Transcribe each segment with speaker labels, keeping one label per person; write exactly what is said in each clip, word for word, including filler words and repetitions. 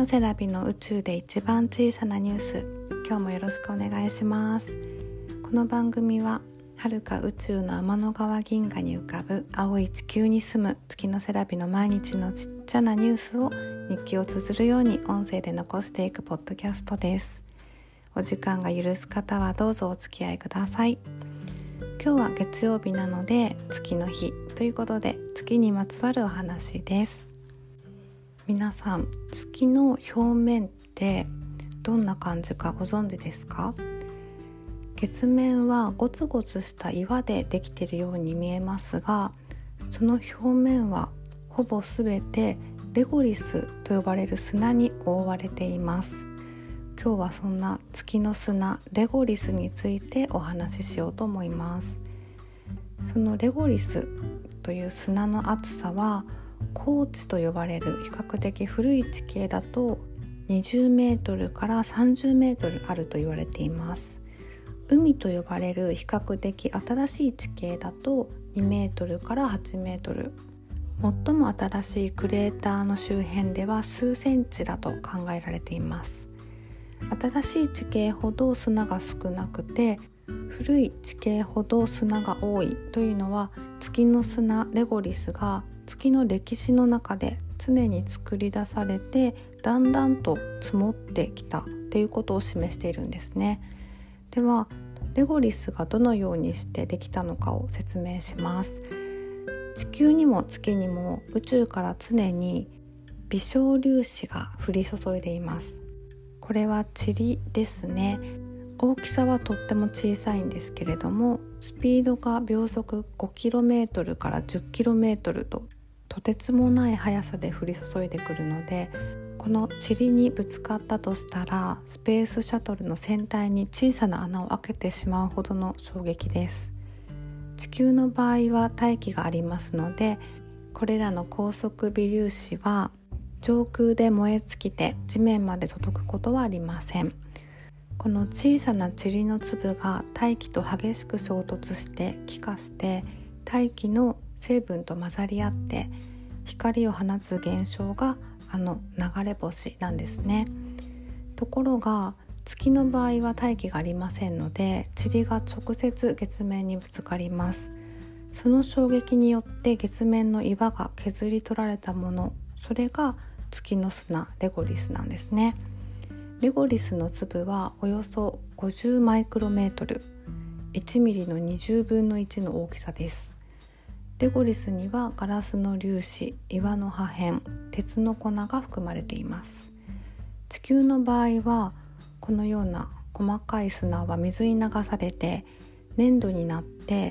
Speaker 1: セラビの宇宙で一番小さなニュース、今日もよろしくお願いします。この番組は遥か宇宙の天の川銀河に浮かぶ青い地球に住む月のセラビの毎日のちっちゃなニュースを日記を綴るように音声で残していくポッドキャストです。お時間が許す方はどうぞお付き合いください。今日は月曜日なので月の日ということで、月にまつわるお話です。皆さん、月の表面ってどんな感じかご存知ですか？月面はゴツゴツした岩でできているように見えますが、その表面はほぼすべてレゴリスと呼ばれる砂に覆われています。今日はそんな月の砂レゴリスについてお話ししようと思います。そのレゴリスという砂の厚さは高地と呼ばれる比較的古い地形だとにじゅうメートルからさんじゅうメートルあると言われています。海と呼ばれる比較的新しい地形だとにメートルからはちメートル、最も新しいクレーターの周辺では数センチだと考えられています。新しい地形ほど砂が少なくて、古い地形ほど砂が多いというのは、月の砂レゴリスが月の歴史の中で常に作り出されてだんだんと積もってきたということを示しているんですね。ではレゴリスがどのようにしてできたのかを説明します。地球にも月にも宇宙から常に微小粒子が降り注いでいます。これは塵ですね。大きさはとっても小さいんですけれども、スピードが秒速 ごキロメートル から じゅっキロメートル ととてつもない速さで降り注いでくるので、この塵にぶつかったとしたらスペースシャトルの船体に小さな穴を開けてしまうほどの衝撃です。地球の場合は大気がありますので、これらの高速微粒子は上空で燃え尽きて地面まで届くことはありません。この小さな塵の粒が大気と激しく衝突して気化して、大気の成分と混ざり合って光を放つ現象があの流れ星なんですね。ところが月の場合は大気がありませんので、塵が直接月面にぶつかります。その衝撃によって月面の岩が削り取られたもの、それが月の砂レゴリスなんですね。レゴリスの粒はおよそごじゅうマイクロメートル、いちミリのにじゅうぶんのいちの大きさです。レゴリスにはガラスの粒子、岩の破片、鉄の粉が含まれています。地球の場合はこのような細かい砂は水に流されて粘土になって、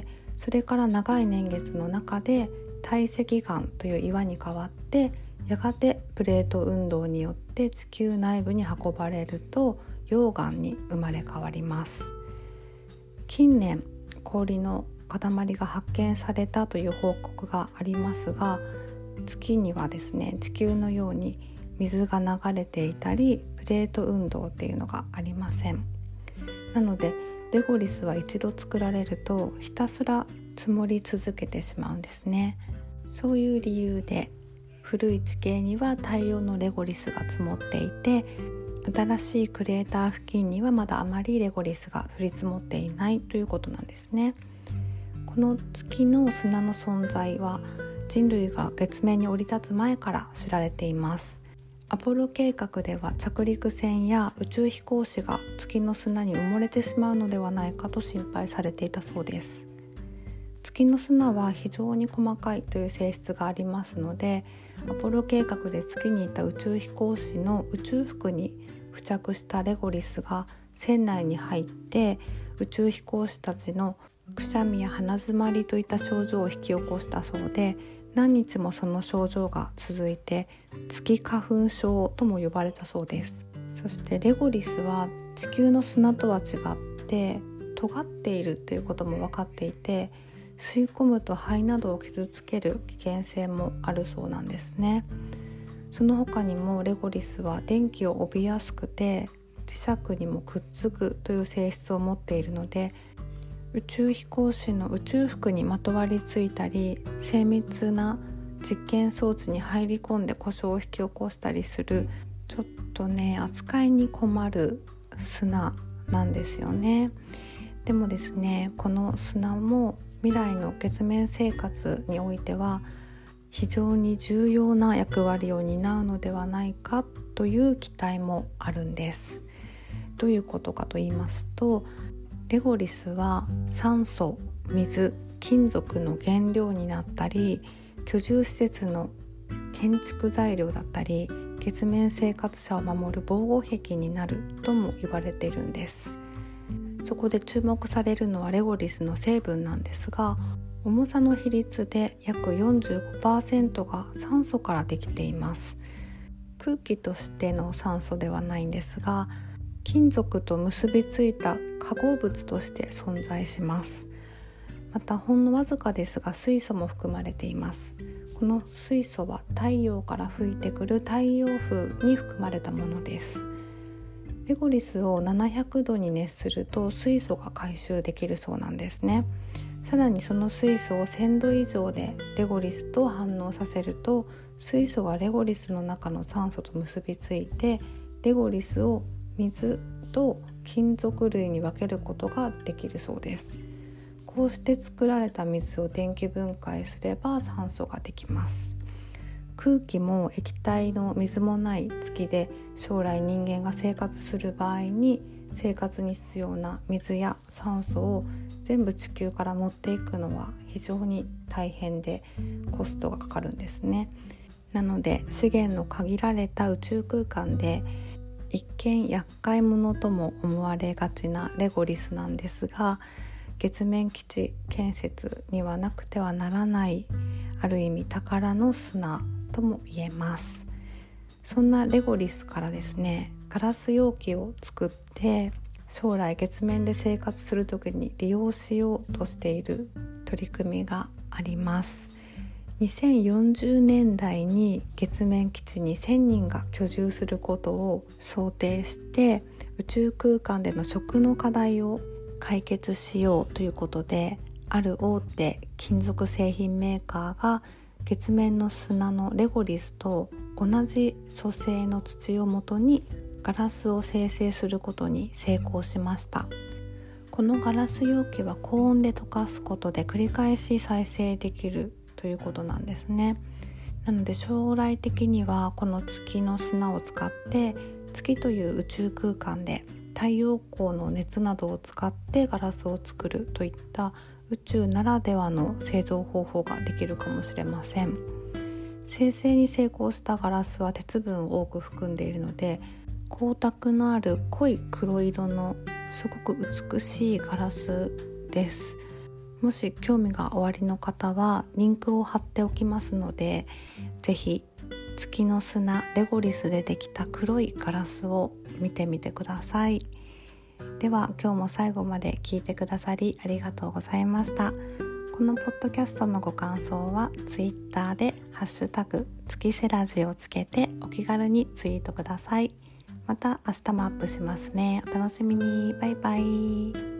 Speaker 1: それから長い年月の中で堆積岩という岩に変わって、やがてプレート運動によって地球内部に運ばれると溶岩に生まれ変わります。近年氷の塊が発見されたという報告がありますが、月にはですね、地球のように水が流れていたりプレート運動っていうのがありません。なのでレゴリスは一度作られるとひたすら積もり続けてしまうんですね。そういう理由で古い地形には大量のレゴリスが積もっていて、新しいクレーター付近にはまだあまりレゴリスが降り積もっていないということなんですね。この月の砂の存在は人類が月面に降り立つ前から知られています。アポロ計画では着陸船や宇宙飛行士が月の砂に埋もれてしまうのではないかと心配されていたそうです。月の砂は非常に細かいという性質がありますので、アポロ計画で月にいた宇宙飛行士の宇宙服に付着したレゴリスが船内に入って宇宙飛行士たちのくしゃみや鼻づまりといった症状を引き起こしたそうで、何日もその症状が続いて月花粉症とも呼ばれたそうです。そしてレゴリスは地球の砂とは違って尖っているということも分かっていて、吸い込むと肺などを傷つける危険性もあるそうなんですね。その他にもレゴリスは電気を帯びやすくて磁石にもくっつくという性質を持っているので、宇宙飛行士の宇宙服にまとわりついたり、精密な実験装置に入り込んで故障を引き起こしたりするちょっとね扱いに困る砂なんですよね。でもですね、この砂も未来の月面生活においては非常に重要な役割を担うのではないかという期待もあるんです。どういうことかと言いますと、レゴリスは酸素、水、金属の原料になったり、居住施設の建築材料だったり、月面生活者を守る防護壁になるとも言われているんです。そこで注目されるのはレゴリスの成分なんですが、重さの比率で約 よんじゅうごパーセント が酸素からできています。空気としての酸素ではないんですが、金属と結びついた化合物として存在します。またほんのわずかですが水素も含まれています。この水素は太陽から吹いてくる太陽風に含まれたものです。レゴリスをななひゃくどに熱すると水素が回収できるそうなんですね。さらにその水素をせんど以上でレゴリスと反応させると、水素がレゴリスの中の酸素と結びついて、レゴリスを水と金属類に分けることができるそうです。こうして作られた水を電気分解すれば酸素ができます。空気も液体の水もない月で将来人間が生活する場合に、生活に必要な水や酸素を全部地球から持っていくのは非常に大変でコストがかかるんですね。なので資源の限られた宇宙空間で一見厄介者とも思われがちなレゴリスなんですが、月面基地建設にはなくてはならないある意味宝の砂とも言えます。そんなレゴリスからですね、ガラス容器を作って将来月面で生活するときに利用しようとしている取り組みがあります。にせんよんじゅうねんだいに月面基地にせんにんが居住することを想定して、宇宙空間での食の課題を解決しようということで、ある大手金属製品メーカーが月面の砂のレゴリスと同じ組成の土をもとにガラスを生成することに成功しました。このガラス容器は高温で溶かすことで繰り返し再生できるということなんですね。なので将来的にはこの月の砂を使って月という宇宙空間で太陽光の熱などを使ってガラスを作るといった宇宙ならではの製造方法ができるかもしれません。生成に成功したガラスは鉄分を多く含んでいるので、光沢のある濃い黒色のすごく美しいガラスです。もし興味がおありの方はリンクを貼っておきますので、ぜひ月の砂レゴリスでできた黒いガラスを見てみてください。では今日も最後まで聞いてくださりありがとうございました。このポッドキャストのご感想はツイッターでハッシュタグ月セラジをつけてお気軽にツイートください。また明日もアップしますね。お楽しみに。バイバイ。